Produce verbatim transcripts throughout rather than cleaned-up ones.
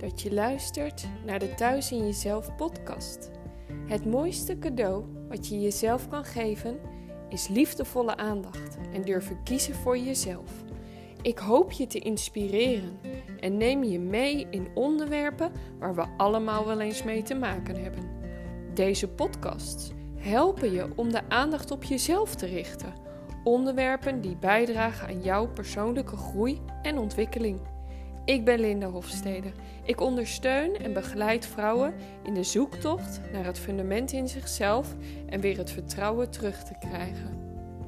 dat je luistert naar de Thuis in Jezelf podcast. Het mooiste cadeau wat je jezelf kan geven is liefdevolle aandacht en durven kiezen voor jezelf. Ik hoop je te inspireren en neem je mee in onderwerpen waar we allemaal wel eens mee te maken hebben. Deze podcasts helpen je om de aandacht op jezelf te richten. Onderwerpen die bijdragen aan jouw persoonlijke groei en ontwikkeling. Ik ben Linda Hofstede. Ik ondersteun en begeleid vrouwen in de zoektocht naar het fundament in zichzelf en weer het vertrouwen terug te krijgen.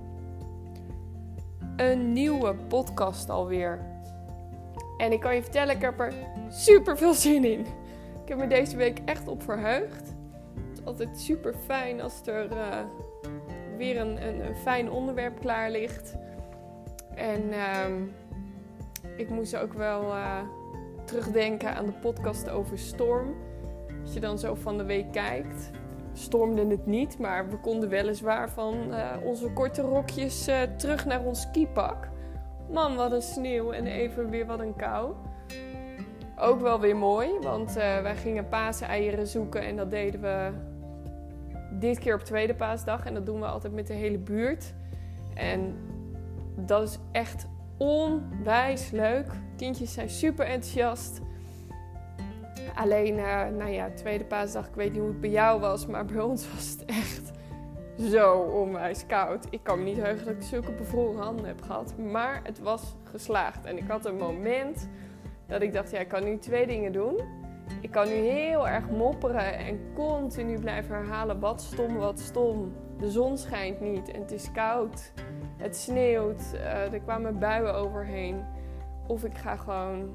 Een nieuwe podcast alweer. En ik kan je vertellen, ik heb er super veel zin in. Ik heb me deze week echt op verheugd. Het is altijd super fijn als er uh, weer een, een, een fijn onderwerp klaar ligt. En uh, ik moest ook wel uh, terugdenken aan de podcast over storm. Als je dan zo van de week kijkt, stormde het niet, maar we konden weliswaar van uh, onze korte rokjes uh, terug naar ons skipak. Man, wat een sneeuw en even weer wat een kou. Ook wel weer mooi, want uh, wij gingen paaseieren zoeken en dat deden we dit keer op tweede paasdag. En dat doen we altijd met de hele buurt. En dat is echt onwijs leuk. Kindjes zijn super enthousiast. Alleen, uh, nou ja, tweede paasdag, ik weet niet hoe het bij jou was, maar bij ons was het echt zo onwijs koud. Ik kan me niet heugen dat ik zulke bevroren handen heb gehad, maar het was geslaagd. En ik had een moment dat ik dacht, ja, ik kan nu twee dingen doen. Ik kan nu heel erg mopperen en continu blijven herhalen, wat stom, wat stom. De zon schijnt niet en het is koud. Het sneeuwt, uh, er kwamen buien overheen. Of ik ga gewoon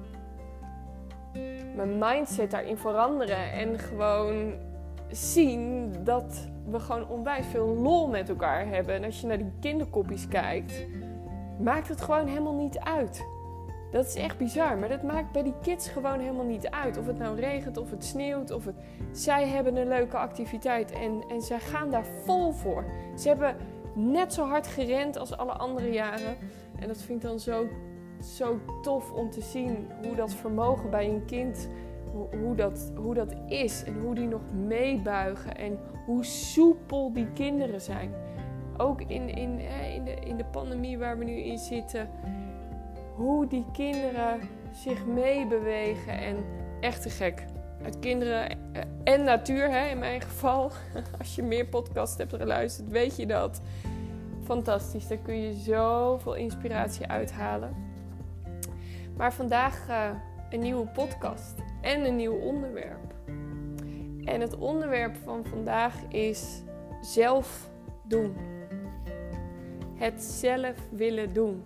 mijn mindset daarin veranderen en gewoon zien dat we gewoon onwijs veel lol met elkaar hebben. En als je naar die kinderkoppies kijkt, maakt het gewoon helemaal niet uit. Dat is echt bizar, maar dat maakt bij die kids gewoon helemaal niet uit. Of het nou regent, of het sneeuwt, of het... Zij hebben een leuke activiteit en, en zij gaan daar vol voor. Ze hebben net zo hard gerend als alle andere jaren. En dat vind ik dan zo, zo tof om te zien hoe dat vermogen bij een kind, hoe, hoe, dat, hoe dat is. En hoe die nog meebuigen en hoe soepel die kinderen zijn. Ook in, in, in, de, in de pandemie waar we nu in zitten. Hoe die kinderen zich meebewegen en echt te gek. Uit kinderen en natuur, hè, in mijn geval. Als je meer podcasts hebt geluisterd, weet je dat. Fantastisch, daar kun je zoveel inspiratie uithalen. Maar vandaag uh, een nieuwe podcast en een nieuw onderwerp. En het onderwerp van vandaag is zelf doen. Het zelf willen doen.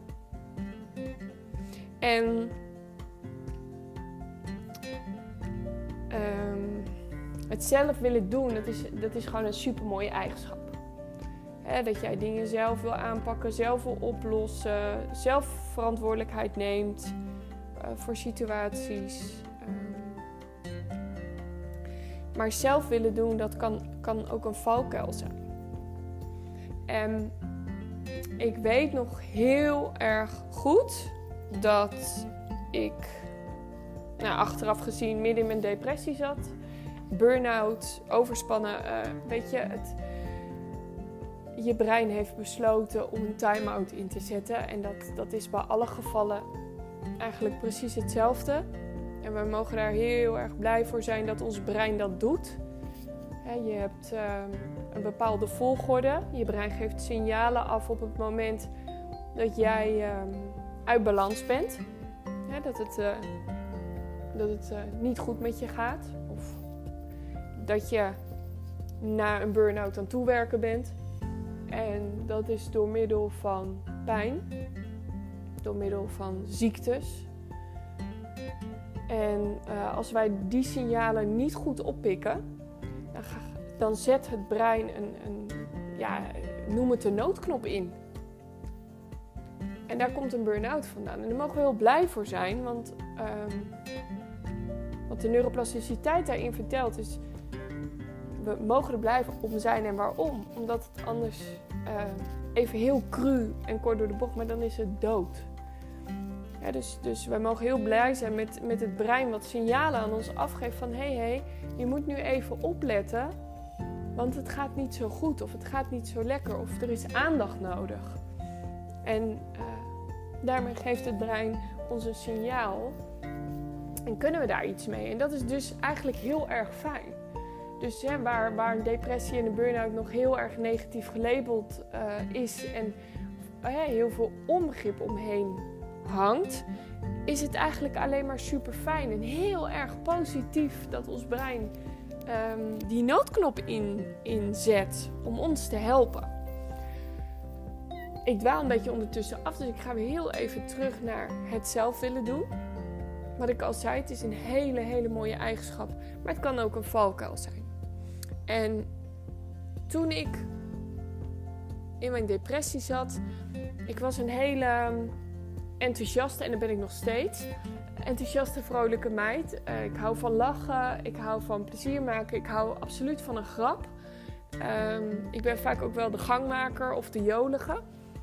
En um, het zelf willen doen, dat is, dat is gewoon een supermooie eigenschap. He, dat jij dingen zelf wil aanpakken, zelf wil oplossen, zelf verantwoordelijkheid neemt uh, voor situaties. Um, maar zelf willen doen, dat kan, kan ook een valkuil zijn. En ik weet nog heel erg goed dat ik nou, achteraf gezien midden in mijn depressie zat. Burn-out, overspannen. Uh, weet je, het, je brein heeft besloten om een time-out in te zetten. En dat, dat is bij alle gevallen eigenlijk precies hetzelfde. En we mogen daar heel erg blij voor zijn dat ons brein dat doet. He, je hebt uh, een bepaalde volgorde. Je brein geeft signalen af op het moment dat jij Uh, uit balans bent. Ja, dat het, uh, dat het uh, niet goed met je gaat. Of dat je naar een burn-out aan toe werken bent. En dat is door middel van pijn. Door middel van ziektes. En uh, als wij die signalen niet goed oppikken, dan, ga, dan zet het brein een, een ja, noem het een noodknop in. En daar komt een burn-out vandaan. En daar mogen we heel blij voor zijn. Want um, wat de neuroplasticiteit daarin vertelt is, we mogen er blij om zijn. En waarom? Omdat het anders uh, even heel cru en kort door de bocht, maar dan is het dood. Ja, dus, dus wij mogen heel blij zijn met, met het brein wat signalen aan ons afgeeft van... hé, hey, hey, je moet nu even opletten, want het gaat niet zo goed of het gaat niet zo lekker of er is aandacht nodig. En uh, daarmee geeft het brein ons een signaal en kunnen we daar iets mee. En dat is dus eigenlijk heel erg fijn. Dus hè, waar, waar een depressie en een burn-out nog heel erg negatief gelabeld uh, is en uh, heel veel onbegrip omheen hangt, is het eigenlijk alleen maar super fijn en heel erg positief dat ons brein um, die noodknop in, inzet om ons te helpen. Ik dwaal een beetje ondertussen af, dus ik ga weer heel even terug naar het zelf willen doen. Wat ik al zei, het is een hele, hele mooie eigenschap, maar het kan ook een valkuil zijn. En toen ik in mijn depressie zat, ik was een hele enthousiaste, en dat ben ik nog steeds, enthousiaste, vrolijke meid. Uh, ik hou van lachen, ik hou van plezier maken, ik hou absoluut van een grap. Um, ik ben vaak ook wel de gangmaker of de jolige.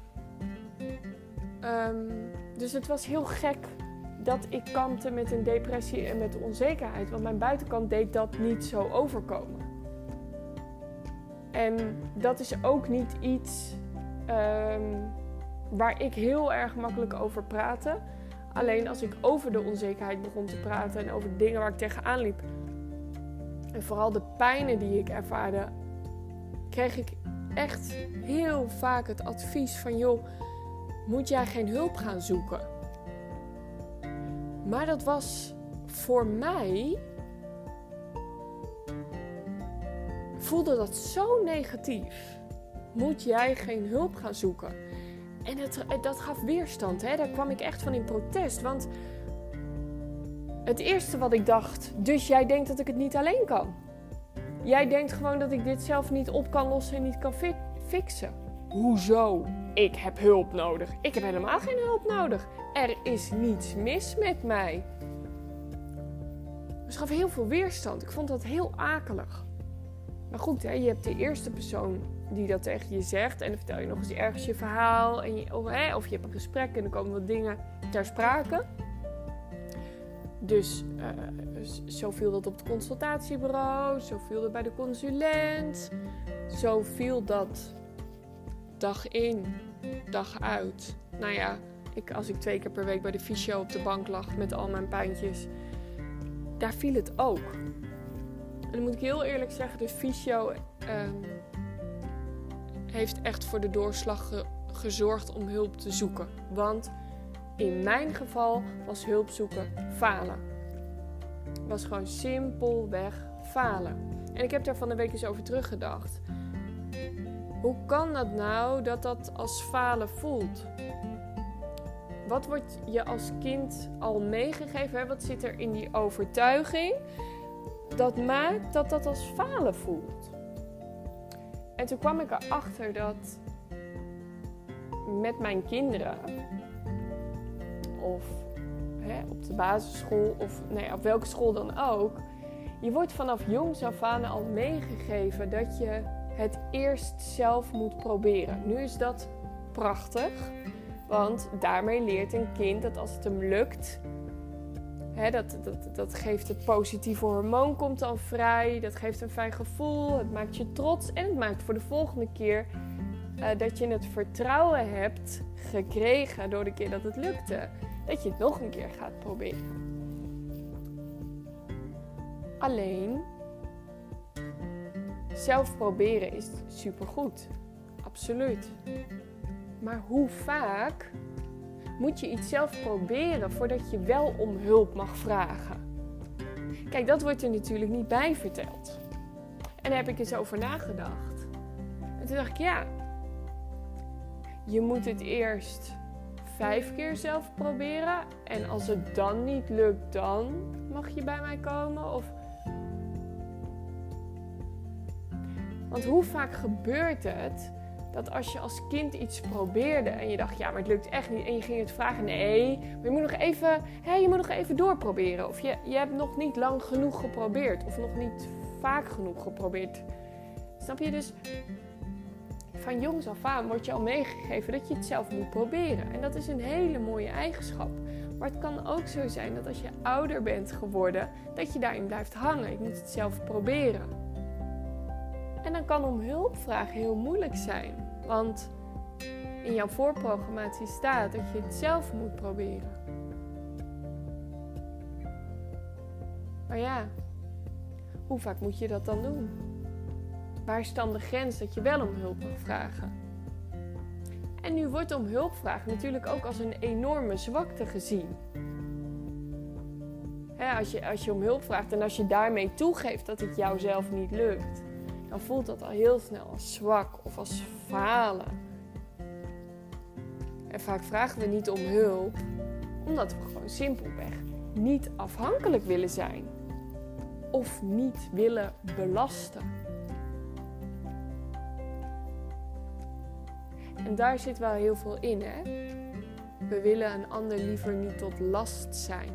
Um, dus het was heel gek dat ik kampte met een depressie en met onzekerheid, want mijn buitenkant deed dat niet zo overkomen. En dat is ook niet iets um, waar ik heel erg makkelijk over praatte. Alleen als ik over de onzekerheid begon te praten en over de dingen waar ik tegenaan liep, en vooral de pijnen die ik ervaarde, kreeg ik echt heel vaak het advies van, joh, moet jij geen hulp gaan zoeken? Maar dat was voor mij, voelde dat zo negatief. Moet jij geen hulp gaan zoeken? En het, dat gaf weerstand. Hè? Daar kwam ik echt van in protest. Want het eerste wat ik dacht, dus jij denkt dat ik het niet alleen kan. Jij denkt gewoon dat ik dit zelf niet op kan lossen en niet kan fi- fixen. Hoezo? Ik heb hulp nodig. Ik heb helemaal geen hulp nodig. Er is niets mis met mij. Dus het gaf heel veel weerstand. Ik vond dat heel akelig. Maar goed, hè, je hebt de eerste persoon die dat tegen je zegt. En dan vertel je nog eens ergens je verhaal. En je, of, hè, of je hebt een gesprek en dan komen wat dingen ter sprake. Dus uh, zo viel dat op het consultatiebureau. Zo viel dat bij de consulent. Zo viel dat dag in, dag uit. Nou ja, ik, als ik twee keer per week bij de fysio op de bank lag met al mijn pijntjes, daar viel het ook. En dan moet ik heel eerlijk zeggen, de fysio um, heeft echt voor de doorslag ge- gezorgd om hulp te zoeken. Want in mijn geval was hulp zoeken falen. Het was gewoon simpelweg falen. En ik heb daar van de week eens over teruggedacht. Hoe kan dat nou dat dat als falen voelt? Wat wordt je als kind al meegegeven? Hè? Wat zit er in die overtuiging? Dat maakt dat dat als falen voelt. En toen kwam ik erachter dat met mijn kinderen, of hè, op de basisschool, of nee, op welke school dan ook, je wordt vanaf jongs af aan al meegegeven dat je het eerst zelf moet proberen. Nu is dat prachtig, want daarmee leert een kind dat als het hem lukt, hè, dat, dat, dat geeft het positieve hormoon, komt dan vrij, dat geeft een fijn gevoel, het maakt je trots en het maakt voor de volgende keer uh, dat je het vertrouwen hebt gekregen door de keer dat het lukte, dat je het nog een keer gaat proberen. Alleen, zelf proberen is supergoed. Absoluut. Maar hoe vaak moet je iets zelf proberen voordat je wel om hulp mag vragen? Kijk, dat wordt er natuurlijk niet bij verteld. En daar heb ik eens over nagedacht. En toen dacht ik, ja, je moet het eerst vijf keer zelf proberen. En als het dan niet lukt, dan mag je bij mij komen. Of Want hoe vaak gebeurt het dat als je als kind iets probeerde en je dacht, ja, maar het lukt echt niet. En je ging het vragen, nee, maar je moet nog even, hè, je moet nog even doorproberen. Of je, je hebt nog niet lang genoeg geprobeerd. Of nog niet vaak genoeg geprobeerd. Snap je? Dus van jongs af aan wordt je al meegegeven dat je het zelf moet proberen. En dat is een hele mooie eigenschap. Maar het kan ook zo zijn dat als je ouder bent geworden, dat je daarin blijft hangen. Ik moet het zelf proberen. En dan kan om hulp vragen heel moeilijk zijn. Want in jouw voorprogrammatie staat dat je het zelf moet proberen. Maar ja, hoe vaak moet je dat dan doen? Waar is dan de grens dat je wel om hulp mag vragen? En nu wordt om hulp vragen natuurlijk ook als een enorme zwakte gezien. Hè, als je, als je om hulp vraagt en als je daarmee toegeeft dat het jou zelf niet lukt, dan voelt dat al heel snel als zwak of als falen. En vaak vragen we niet om hulp, omdat we gewoon simpelweg niet afhankelijk willen zijn. Of niet willen belasten. En daar zit wel heel veel in, hè? We willen een ander liever niet tot last zijn.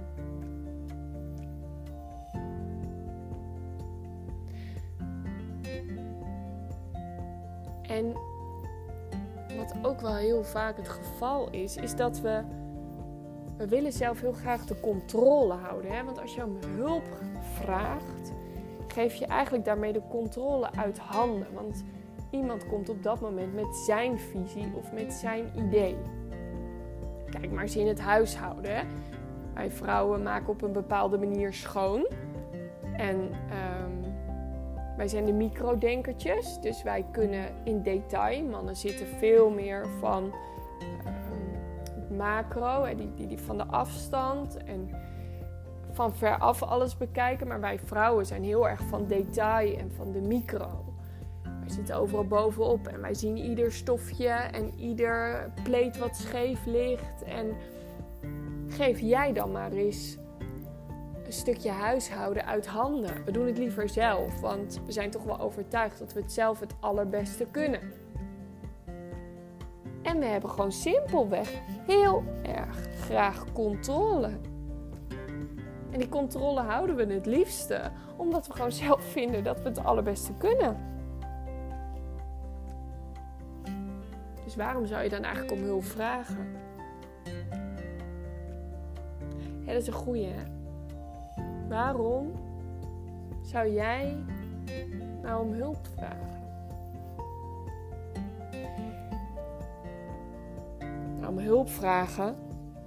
En wat ook wel heel vaak het geval is, is dat we... We willen zelf heel graag de controle houden. Hè? Want als je om hulp vraagt, geef je eigenlijk daarmee de controle uit handen. Want iemand komt op dat moment met zijn visie of met zijn idee. Kijk maar eens in het huishouden. Hè? Wij vrouwen maken op een bepaalde manier schoon. En um, wij zijn de microdenkertjes. Dus wij kunnen in detail. Mannen zitten veel meer van um, macro. Hè? Die, die, die van de afstand. En van veraf alles bekijken. Maar wij vrouwen zijn heel erg van detail en van de micro. Wij zitten overal bovenop en wij zien ieder stofje en ieder pleet wat scheef ligt. En geef jij dan maar eens een stukje huishouden uit handen. We doen het liever zelf, want we zijn toch wel overtuigd dat we het zelf het allerbeste kunnen. En we hebben gewoon simpelweg heel erg graag controle. En die controle houden we het liefste, omdat we gewoon zelf vinden dat we het allerbeste kunnen. Dus waarom zou je dan eigenlijk om hulp vragen? Ja, dat is een goeie, hè? Waarom zou jij nou om hulp vragen? Nou, om hulp vragen,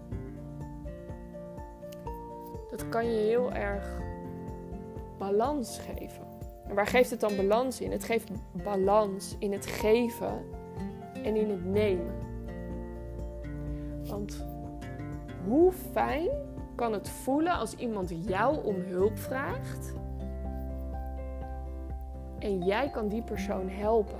dat kan je heel erg balans geven. En waar geeft het dan balans in? Het geeft balans in het geven en in het nemen. Want hoe fijn kan het voelen als iemand jou om hulp vraagt en jij kan die persoon helpen?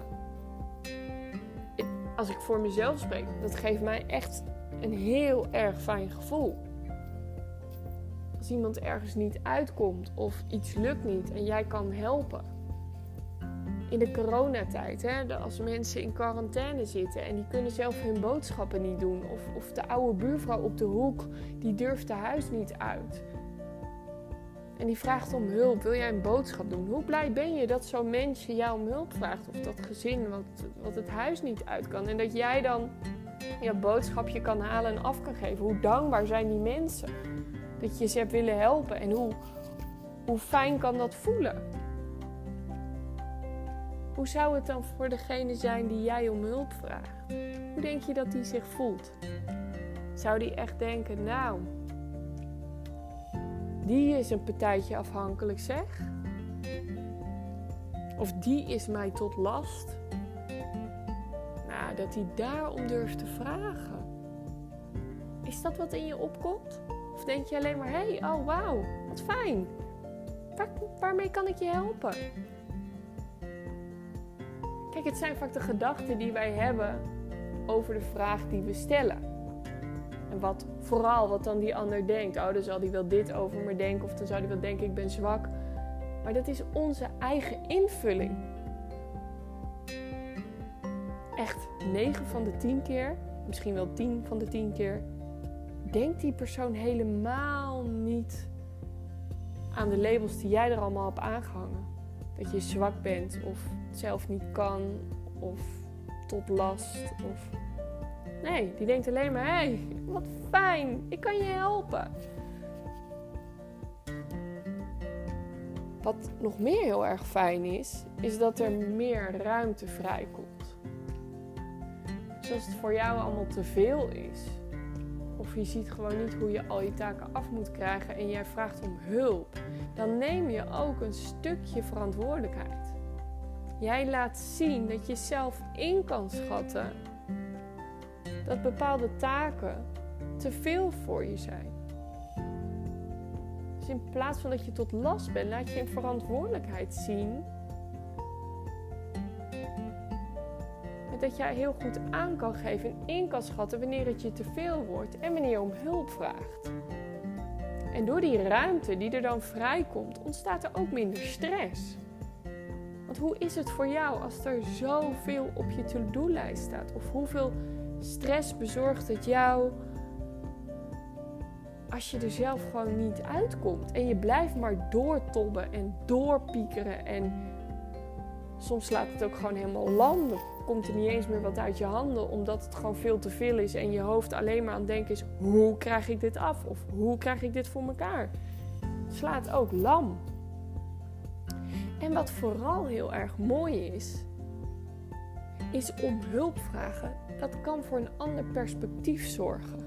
Als ik voor mezelf spreek, dat geeft mij echt een heel erg fijn gevoel. Als iemand ergens niet uitkomt of iets lukt niet en jij kan helpen. In de coronatijd, hè, als mensen in quarantaine zitten en die kunnen zelf hun boodschappen niet doen. Of, of de oude buurvrouw op de hoek, die durft de huis niet uit. En die vraagt om hulp, wil jij een boodschap doen? Hoe blij ben je dat zo'n mensje jou om hulp vraagt? Of dat gezin wat, wat het huis niet uit kan. En dat jij dan je boodschapje kan halen en af kan geven. Hoe dankbaar zijn die mensen? Dat je ze hebt willen helpen. En hoe, hoe fijn kan dat voelen? Hoe zou het dan voor degene zijn die jij om hulp vraagt? Hoe denk je dat die zich voelt? Zou die echt denken, nou, die is een partijtje afhankelijk zeg? Of die is mij tot last? Nou, dat hij daarom durft te vragen. Is dat wat in je opkomt? Of denk je alleen maar, hé, hey, oh wauw, wat fijn. Waar, waarmee kan ik je helpen? Kijk, het zijn vaak de gedachten die wij hebben over de vraag die we stellen. En wat vooral wat dan die ander denkt. Oh, dan zal die wel dit over me denken. Of dan zou die wel denken, ik ben zwak. Maar dat is onze eigen invulling. Echt negen van de tien keer, misschien wel tien van de tien keer, denkt die persoon helemaal niet aan de labels die jij er allemaal hebt aangehangen. Dat je zwak bent of het zelf niet kan of tot last. Of... Nee, die denkt alleen maar, hé, hey, wat fijn, ik kan je helpen. Wat nog meer heel erg fijn is, is dat er meer ruimte vrijkomt. Dus als het voor jou allemaal te veel is, of je ziet gewoon niet hoe je al je taken af moet krijgen en jij vraagt om hulp, dan neem je ook een stukje verantwoordelijkheid. Jij laat zien dat je zelf in kan schatten dat bepaalde taken te veel voor je zijn. Dus in plaats van dat je tot last bent, laat je een verantwoordelijkheid zien. Dat jij heel goed aan kan geven en in kan schatten wanneer het je te veel wordt en wanneer je om hulp vraagt. En door die ruimte die er dan vrijkomt, ontstaat er ook minder stress. Want hoe is het voor jou als er zoveel op je to-do-lijst staat? Of hoeveel stress bezorgt het jou als je er zelf gewoon niet uitkomt? En je blijft maar doortobben en doorpiekeren. En soms slaat het ook gewoon helemaal lam. Dan komt er niet eens meer wat uit je handen, omdat het gewoon veel te veel is. En je hoofd alleen maar aan het denken is, hoe krijg ik dit af? Of hoe krijg ik dit voor elkaar? Het slaat ook lam. En wat vooral heel erg mooi is, is om hulp vragen. Dat kan voor een ander perspectief zorgen.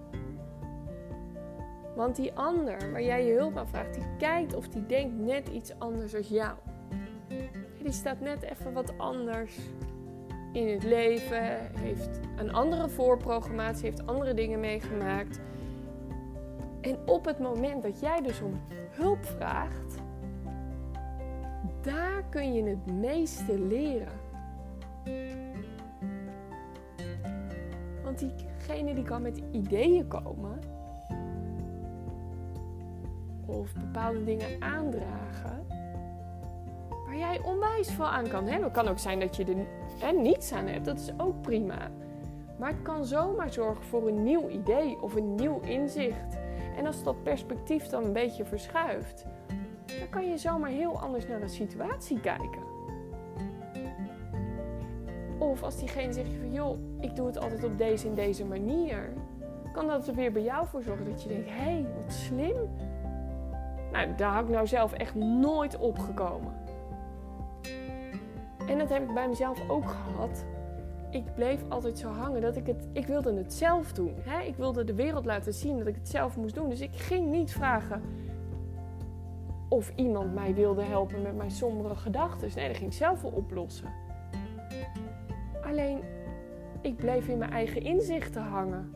Want die ander waar jij je hulp aan vraagt, die kijkt of die denkt net iets anders als jou. Die staat net even wat anders in het leven, heeft een andere voorprogrammatie, heeft andere dingen meegemaakt. En op het moment dat jij dus om hulp vraagt, daar kun je het meeste leren. Want diegene die kan met ideeën komen of bepaalde dingen aandragen waar jij onwijs veel aan kan hebben. Het kan ook zijn dat je er hè, niets aan hebt, dat is ook prima. Maar het kan zomaar zorgen voor een nieuw idee of een nieuw inzicht. En als dat perspectief dan een beetje verschuift, dan kan je zomaar heel anders naar een situatie kijken. Of als diegene zegt van, joh, ik doe het altijd op deze en deze manier, kan dat er weer bij jou voor zorgen dat je denkt, hé, hey, wat slim. Nou, daar had ik nou zelf echt nooit opgekomen. En dat heb ik bij mezelf ook gehad. Ik bleef altijd zo hangen dat ik het... Ik wilde het zelf doen. Hè? Ik wilde de wereld laten zien dat ik het zelf moest doen. Dus ik ging niet vragen of iemand mij wilde helpen met mijn sombere gedachten. Nee, dat ging ik zelf wel oplossen. Alleen, ik bleef in mijn eigen inzichten hangen.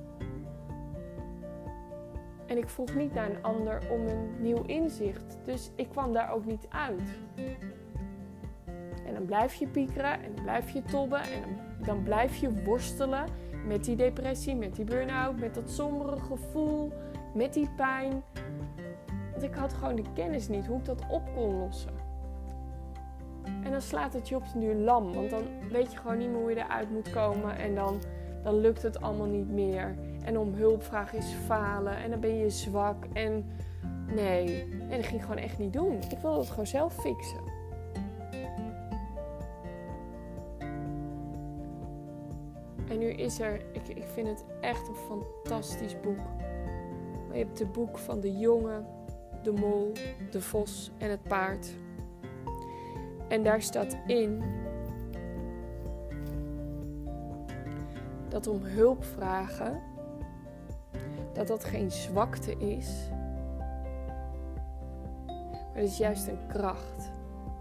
En ik vroeg niet naar een ander om een nieuw inzicht. Dus ik kwam daar ook niet uit. En dan blijf je piekeren en dan blijf je tobben en dan, dan blijf je worstelen met die depressie, met die burn-out, met dat sombere gevoel, met die pijn. Want ik had gewoon de kennis niet hoe ik dat op kon lossen. En dan slaat het je op den duur lam, want dan weet je gewoon niet meer hoe je eruit moet komen en dan, dan lukt het allemaal niet meer. En om hulp vragen is falen en dan ben je zwak en nee, nee dat ging ik gewoon echt niet doen. Ik wilde het gewoon zelf fixen. En nu is er, ik, ik vind het echt een fantastisch boek. Maar je hebt het boek van de jongen, de mol, de vos en het paard. En daar staat in dat om hulp vragen, dat dat geen zwakte is, maar het is juist een kracht.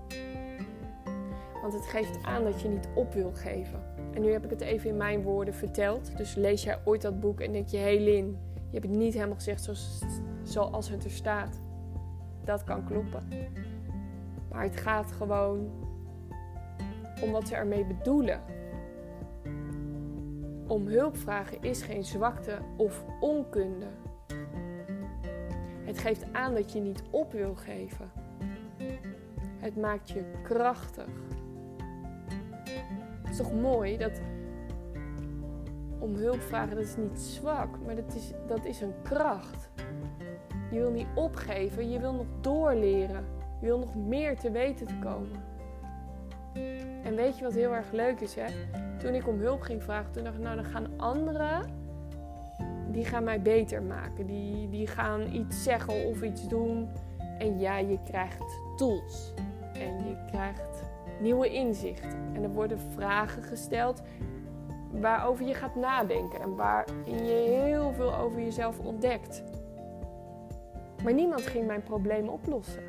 Want het geeft aan dat je niet op wil geven. En nu heb ik het even in mijn woorden verteld. Dus lees jij ooit dat boek en denk je, hé hey Lin, je hebt het niet helemaal gezegd zoals, zoals het er staat. Dat kan kloppen. Maar het gaat gewoon om wat ze ermee bedoelen. Om hulp vragen is geen zwakte of onkunde. Het geeft aan dat je niet op wil geven. Het maakt je krachtig. Het is toch mooi dat om hulp vragen, dat is niet zwak, maar dat is, dat is een kracht. Je wil niet opgeven, je wil nog doorleren. Je wil nog meer te weten te komen. En weet je wat heel erg leuk is, hè? toen ik om hulp ging vragen, toen dacht ik, nou dan gaan anderen, die gaan mij beter maken. Die, die gaan iets zeggen of iets doen. En ja, je krijgt tools. En je krijgt nieuwe inzichten. En er worden vragen gesteld waarover je gaat nadenken. En waarin je heel veel over jezelf ontdekt. Maar niemand ging mijn probleem oplossen.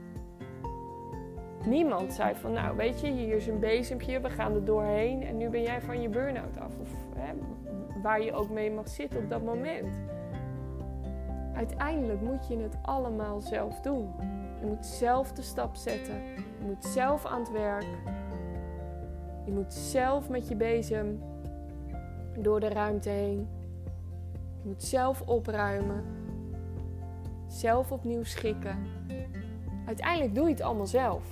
Niemand zei van, nou weet je, hier is een bezempje, we gaan er doorheen en nu ben jij van je burn-out af. Of hè, waar je ook mee mag zitten op dat moment. Uiteindelijk moet je het allemaal zelf doen. Je moet zelf de stap zetten. Je moet zelf aan het werk. Je moet zelf met je bezem door de ruimte heen. Je moet zelf opruimen. Zelf opnieuw schikken. Uiteindelijk doe je het allemaal zelf.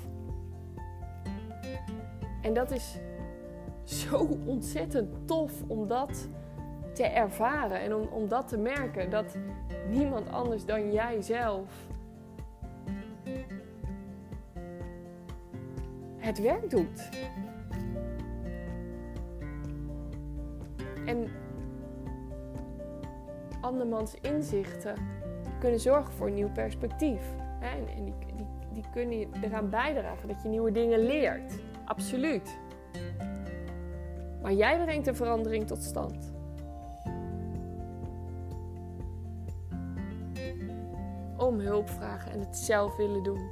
En dat is zo ontzettend tof om dat te ervaren. En om, om dat te merken. Dat niemand anders dan jij zelf het werk doet. En andermans inzichten kunnen zorgen voor een nieuw perspectief. En, en die, die, die kunnen eraan bijdragen dat je nieuwe dingen leert. Absoluut. Maar jij brengt een verandering tot stand. Om hulp vragen en het zelf willen doen.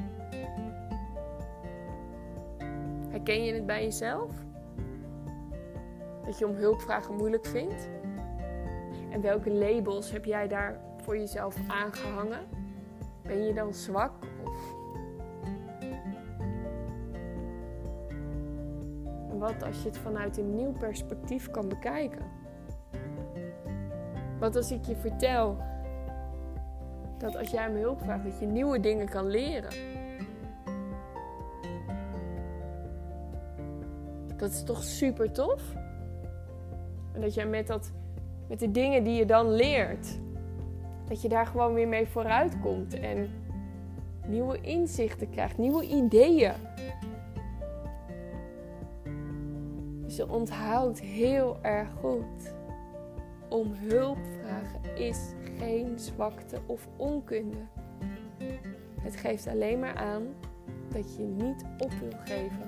Herken je het bij jezelf? Dat je om hulp vragen moeilijk vindt? En welke labels heb jij daar voor jezelf aangehangen? Ben je dan zwak? Of... En wat als je het vanuit een nieuw perspectief kan bekijken? Wat als ik je vertel dat als jij om hulp vraagt, dat je nieuwe dingen kan leren? Dat is toch super tof? En dat jij met, dat, met de dingen die je dan leert, dat je daar gewoon weer mee vooruit komt. En nieuwe inzichten krijgt, nieuwe ideeën. Dus onthoud heel erg goed. Om hulp vragen is geen zwakte of onkunde. Het geeft alleen maar aan dat je niet op wil geven.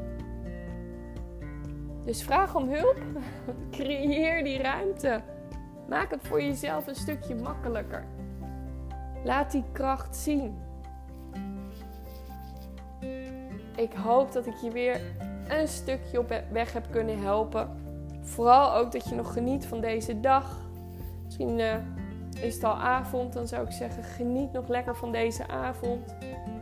Dus vraag om hulp. Creëer die ruimte. Maak het voor jezelf een stukje makkelijker. Laat die kracht zien. Ik hoop dat ik je weer een stukje op weg heb kunnen helpen. Vooral ook dat je nog geniet van deze dag. Misschien uh, is het al avond. Dan zou ik zeggen, geniet nog lekker van deze avond.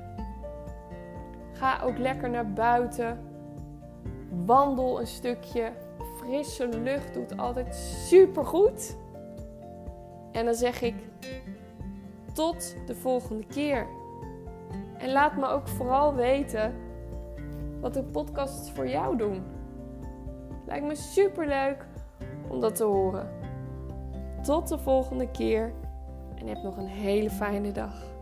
Ga ook lekker naar buiten. Wandel een stukje. Frisse lucht doet altijd supergoed. En dan zeg ik tot de volgende keer. En laat me ook vooral weten wat de podcasts voor jou doen. Lijkt me superleuk om dat te horen. Tot de volgende keer en heb nog een hele fijne dag.